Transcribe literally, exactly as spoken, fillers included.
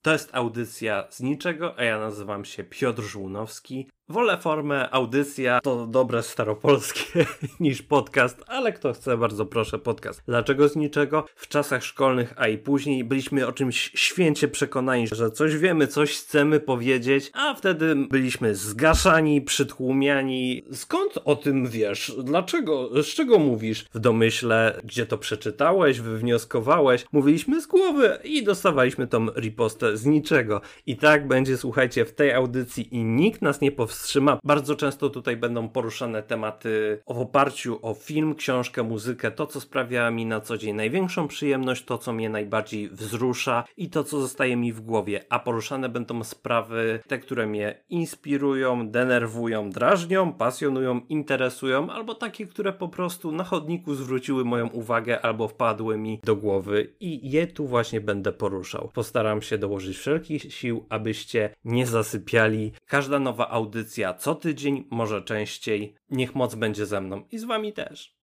To jest audycja z niczego, a ja nazywam się Piotr Żłunowski. Wolę formę audycja, to dobre staropolskie, niż podcast, ale kto chce, bardzo proszę podcast. Dlaczego z niczego? W czasach szkolnych, a i później byliśmy o czymś święcie przekonani, że coś wiemy, coś chcemy powiedzieć, a wtedy byliśmy zgaszani, przytłumiani. Skąd o tym wiesz? Dlaczego? Z czego mówisz? W domyśle, gdzie to przeczytałeś, wywnioskowałeś? Mówiliśmy z głowy i dostawaliśmy tą ripostę z niczego. I tak będzie, słuchajcie, w tej audycji i nikt nas nie powstrzymał. Bardzo często tutaj będą poruszane tematy w oparciu o film, książkę, muzykę, to co sprawia mi na co dzień największą przyjemność, to co mnie najbardziej wzrusza i to co zostaje mi w głowie, a poruszane będą sprawy, te, które mnie inspirują, denerwują, drażnią, pasjonują, interesują, albo takie, które po prostu na chodniku zwróciły moją uwagę albo wpadły mi do głowy i je tu właśnie będę poruszał. Postaram się dołożyć wszelkich sił, abyście nie zasypiali. Każda nowa audycja co tydzień, może częściej. Niech moc będzie ze mną i z wami też.